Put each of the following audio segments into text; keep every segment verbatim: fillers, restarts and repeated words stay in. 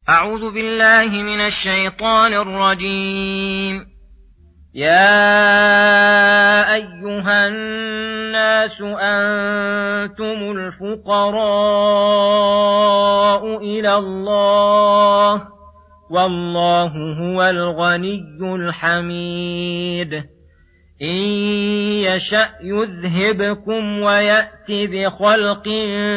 أعوذ بالله من الشيطان الرجيم. يا أيها الناس أنتم الفقراء إلى الله والله هو الغني الحميد. إن يشأ يذهبكم ويأت بخلق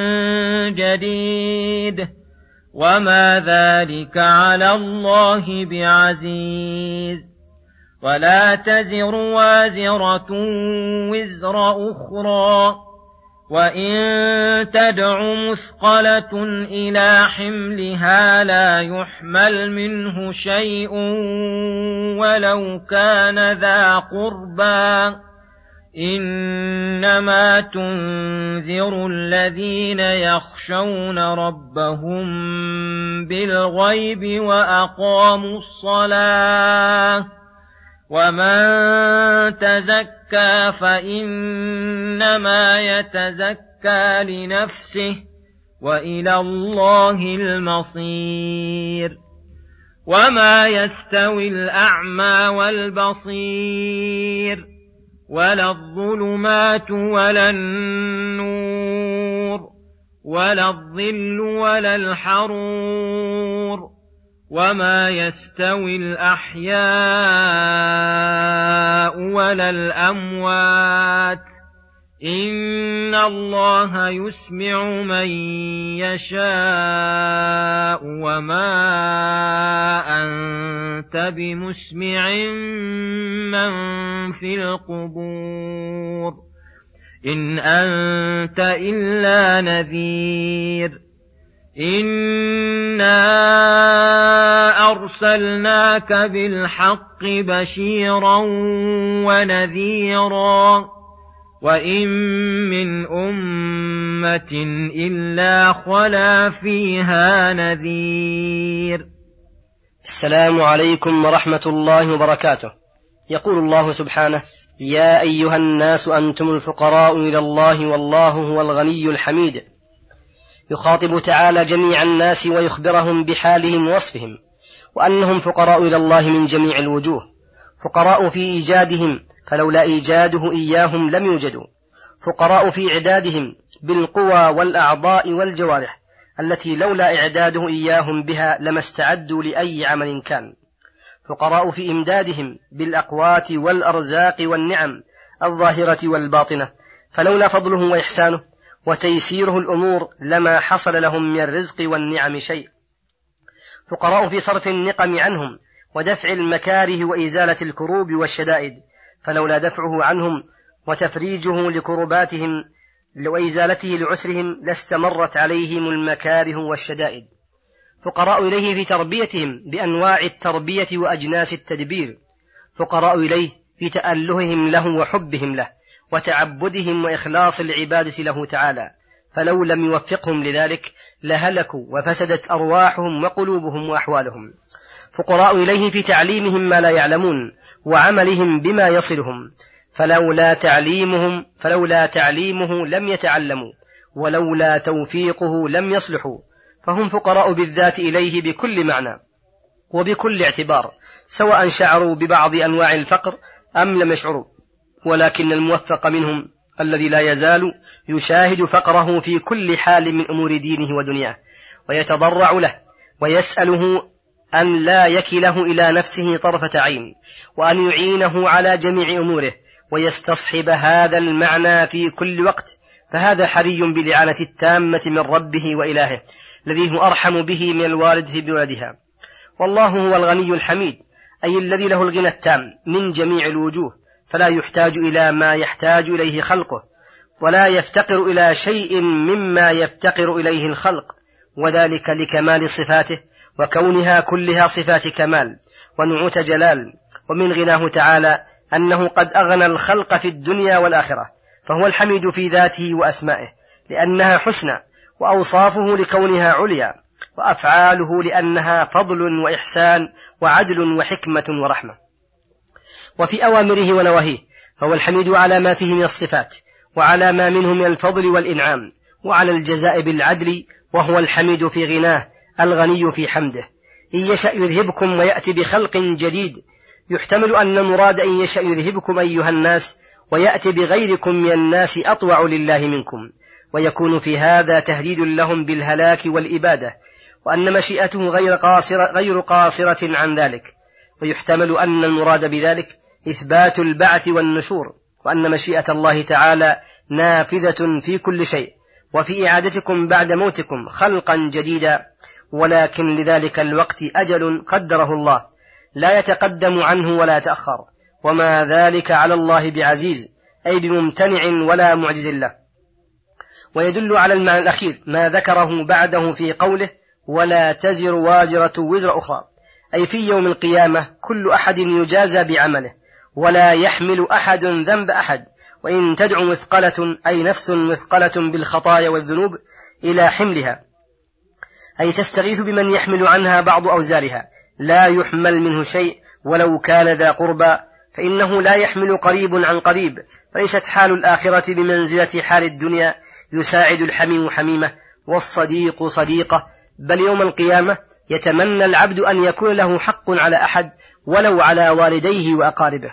جديد وما ذلك على الله بعزيز. ولا تزر وازرة وزر أخرى وإن تدع مثقلة إلى حملها لا يحمل منه شيء ولو كان ذا قربى إنما تنذر الذين يخشون ربهم بالغيب وأقاموا الصلاة ومن تزكى فإنما يتزكى لنفسه وإلى الله المصير. وما يستوي الأعمى والبصير ولا الظلمات ولا النور ولا الظل ولا الحرور وما يستوي الأحياء ولا الأموات إن الله يسمع من يشاء وما أنت بمسمع من في القبور إن أنت إلا نذير. إنا أرسلناك بالحق بشيرا ونذيرا وإن من أمة إلا خلا فيها نذير. السلام عليكم ورحمة الله وبركاته. يقول الله سبحانه: يا أيها الناس أنتم الفقراء إلى الله والله هو الغني الحميد. يخاطب تعالى جميع الناس ويخبرهم بحالهم ووصفهم وأنهم فقراء إلى الله من جميع الوجوه، فقراء في إيجادهم فلولا إيجاده إياهم لم يوجدوا، فقراء في إعدادهم بالقوى والأعضاء والجوارح التي لولا إعداده إياهم بها لما استعدوا لأي عمل كان، فقراء في إمدادهم بالأقوات والأرزاق والنعم الظاهرة والباطنة فلولا فضله وإحسانه وتيسيره الأمور لما حصل لهم من الرزق والنعم شيء، فقراء في صرف النقم عنهم ودفع المكاره وإزالة الكروب والشدائد فلولا دفعه عنهم وتفريجه لكرباتهم وإزالته لعسرهم لاستمرت عليهم المكاره والشدائد، فقراء إليه في تربيتهم بأنواع التربية وأجناس التدبير، فقراء إليه في تألههم له وحبهم له وتعبدهم وإخلاص العبادة له تعالى، فلو لم يوفقهم لذلك لهلكوا وفسدت أرواحهم وقلوبهم وأحوالهم، فقراء إليه في تعليمهم ما لا يعلمون وعملهم بما يصلهم، فلولا تعليمهم فلولا تعليمه لم يتعلموا ولولا توفيقه لم يصلحوا، فهم فقراء بالذات إليه بكل معنى وبكل اعتبار سواء شعروا ببعض أنواع الفقر أم لم يشعروا، ولكن الموفق منهم الذي لا يزال يشاهد فقره في كل حال من أمور دينه ودنياه ويتضرع له ويسأله أن لا يكله إلى نفسه طرفة عين وأن يعينه على جميع أموره ويستصحب هذا المعنى في كل وقت، فهذا حري بالإعانة التامة من ربه وإلهه الذي هو أرحم به من الوالدة بولدها. والله هو الغني الحميد أي الذي له الغنى التام من جميع الوجوه فلا يحتاج إلى ما يحتاج إليه خلقه ولا يفتقر إلى شيء مما يفتقر إليه الخلق، وذلك لكمال صفاته وكونها كلها صفات كمال ونعوت جلال. ومن غناه تعالى أنه قد أغنى الخلق في الدنيا والآخرة، فهو الحميد في ذاته وأسمائه لأنها حسنى، وأوصافه لكونها عليا، وأفعاله لأنها فضل وإحسان وعدل وحكمة ورحمة. وفي أوامره ونواهيه فهو الحميد على ما فيه من الصفات وعلى ما منه من الفضل والإنعام وعلى الجزاء بالعدل، وهو الحميد في غناه الغني في حمده، إن يشأ يذهبكم ويأتي بخلق جديد. يحتمل أن المراد إن يشأ يذهبكم أيها الناس ويأتي بغيركم من الناس أطوع لله منكم، ويكون في هذا تهديد لهم بالهلاك والإبادة، وأن مشيئته غير قاصرة, غير قاصرة عن ذلك. ويحتمل أن المراد بذلك إثبات البعث والنشور، وأن مشيئة الله تعالى نافذة في كل شيء، وفي إعادتكم بعد موتكم خلقا جديدا، ولكن لذلك الوقت أجل قدره الله لا يتقدم عنه ولا يتأخر، وما ذلك على الله بعزيز، أي بممتنع ولا معجز له. ويدل على المعنى الأخير ما ذكره بعده في قوله ولا تزر وازرة وزر أخرى، أي في يوم القيامة كل أحد يجازى بعمله، ولا يحمل أحد ذنب أحد، وإن تدع مثقلة أي نفس مثقلة بالخطايا والذنوب إلى حملها، أي تستغيث بمن يحمل عنها بعض أوزارها، لا يحمل منه شيء ولو كان ذا قربى، فإنه لا يحمل قريب عن قريب، فليست حال الآخرة بمنزلة حال الدنيا يساعد الحميم حميمة والصديق صديقة، بل يوم القيامة يتمنى العبد أن يكون له حق على أحد ولو على والديه وأقاربه.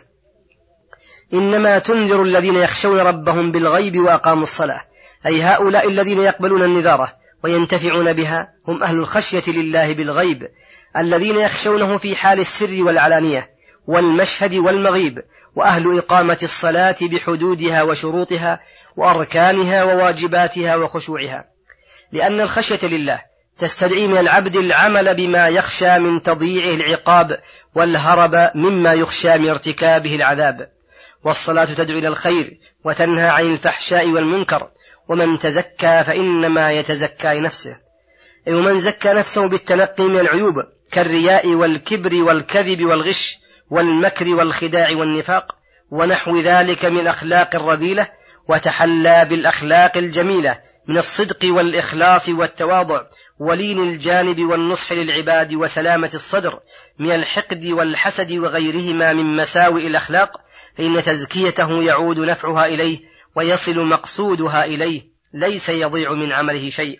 إنما تنذر الذين يخشون ربهم بالغيب وأقاموا الصلاة، أي هؤلاء الذين يقبلون النذارة وينتفعون بها هم أهل الخشية لله بالغيب، الذين يخشونه في حال السر والعلانية والمشهد والمغيب، وأهل إقامة الصلاة بحدودها وشروطها وأركانها وواجباتها وخشوعها، لأن الخشية لله تستدعي من العبد العمل بما يخشى من تضييعه العقاب والهرب مما يخشى من ارتكابه العذاب. والصلاة تدعو إلى الخير وتنهى عن الفحشاء والمنكر، ومن تزكى فإنما يتزكى لنفسه، أي ومن زكى نفسه بالتنقي من العيوب كالرياء والكبر والكذب والغش والمكر والخداع والنفاق ونحو ذلك من الأخلاق الرذيلة، وتحلى بالأخلاق الجميلة من الصدق والإخلاص والتواضع ولين الجانب والنصح للعباد وسلامة الصدر من الحقد والحسد وغيرهما من مساوئ الأخلاق، فإن تزكيته يعود نفعها إليه ويصل مقصودها إليه، ليس يضيع من عمله شيء.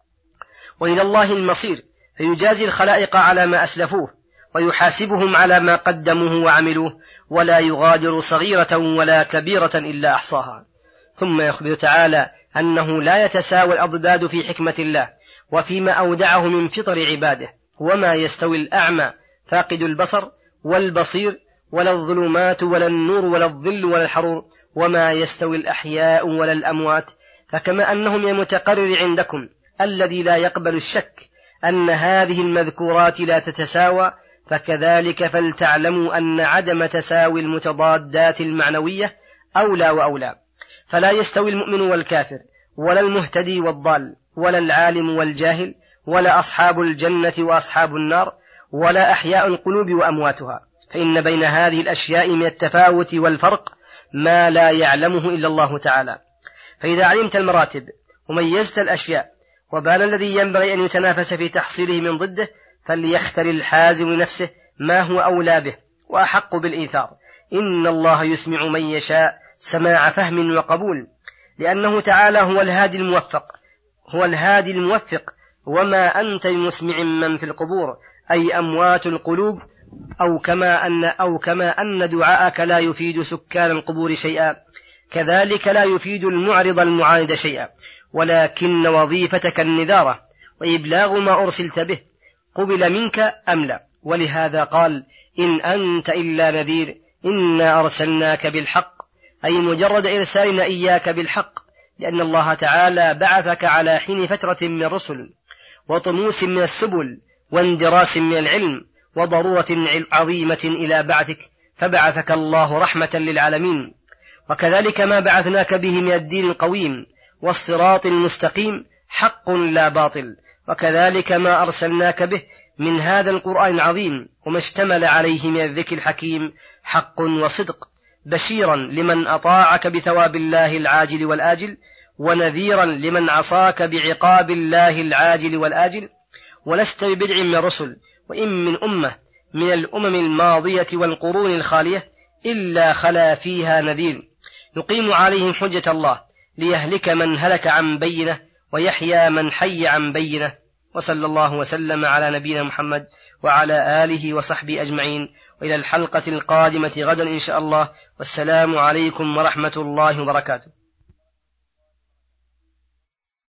وإلى الله المصير، فيجازي الخلائق على ما أسلفوه ويحاسبهم على ما قدموه وعملوه، ولا يغادر صغيرة ولا كبيرة إلا أحصاها. ثم يخبر تعالى أنه لا يتساوى الأضداد في حكمة الله وفيما أودعه من فطر عباده، وما يستوي الأعمى فاقد البصر والبصير، ولا الظلمات ولا النور ولا الظل ولا الحرور، وما يستوي الأحياء ولا الأموات. فكما أنه من المتقرر عندكم الذي لا يقبل الشك أن هذه المذكورات لا تتساوى، فكذلك فلتعلموا أن عدم تساوي المتضادات المعنوية أولى وأولى. فلا يستوي المؤمن والكافر، ولا المهتدي والضال، ولا العالم والجاهل، ولا أصحاب الجنة وأصحاب النار، ولا أحياء القلوب وأمواتها، فإن بين هذه الأشياء من التفاوت والفرق ما لا يعلمه إلا الله تعالى. فإذا علمت المراتب وميزت الأشياء وبان الذي ينبغي أن يتنافس في تحصيله من ضده، فليختر الحازم لنفسه ما هو أولى به وأحق بالإيثار. إن الله يسمع من يشاء سماع فهم وقبول، لأنه تعالى هو الهادي الموفق هو الهادي الموفق وما أنت بمسمع من في القبور، أي أموات القلوب، أو كما أن, أو كما أن دعاءك لا يفيد سكان القبور شيئا، كذلك لا يفيد المعرض المعاند شيئا، ولكن وظيفتك النذارة وإبلاغ ما أرسلت به، قبل منك أم لا. ولهذا قال إن أنت إلا نذير إنا أرسلناك بالحق، أي مجرد إرسالنا إياك بالحق، لأن الله تعالى بعثك على حين فترة من الرسل وطموس من السبل واندراس من العلم وضرورة عظيمة إلى بعثك، فبعثك الله رحمة للعالمين. وكذلك ما بعثناك به من الدين القويم والصراط المستقيم حق لا باطل، وكذلك ما أرسلناك به من هذا القرآن العظيم وما اشتمل عليه من الذكر الحكيم حق وصدق، بشيرا لمن أطاعك بثواب الله العاجل والآجل، ونذيرا لمن عصاك بعقاب الله العاجل والآجل. ولست ببدع من الرسل، وإن من أمة من الأمم الماضية والقرون الخالية إلا خلا فيها نذير يقيم عليهم حجة الله ليهلك من هلك عن بينه ويحيى من حي عن بينه. وصلى الله وسلم على نبينا محمد وعلى آله وصحبه أجمعين، وإلى الحلقة القادمة غدا إن شاء الله، والسلام عليكم ورحمة الله وبركاته.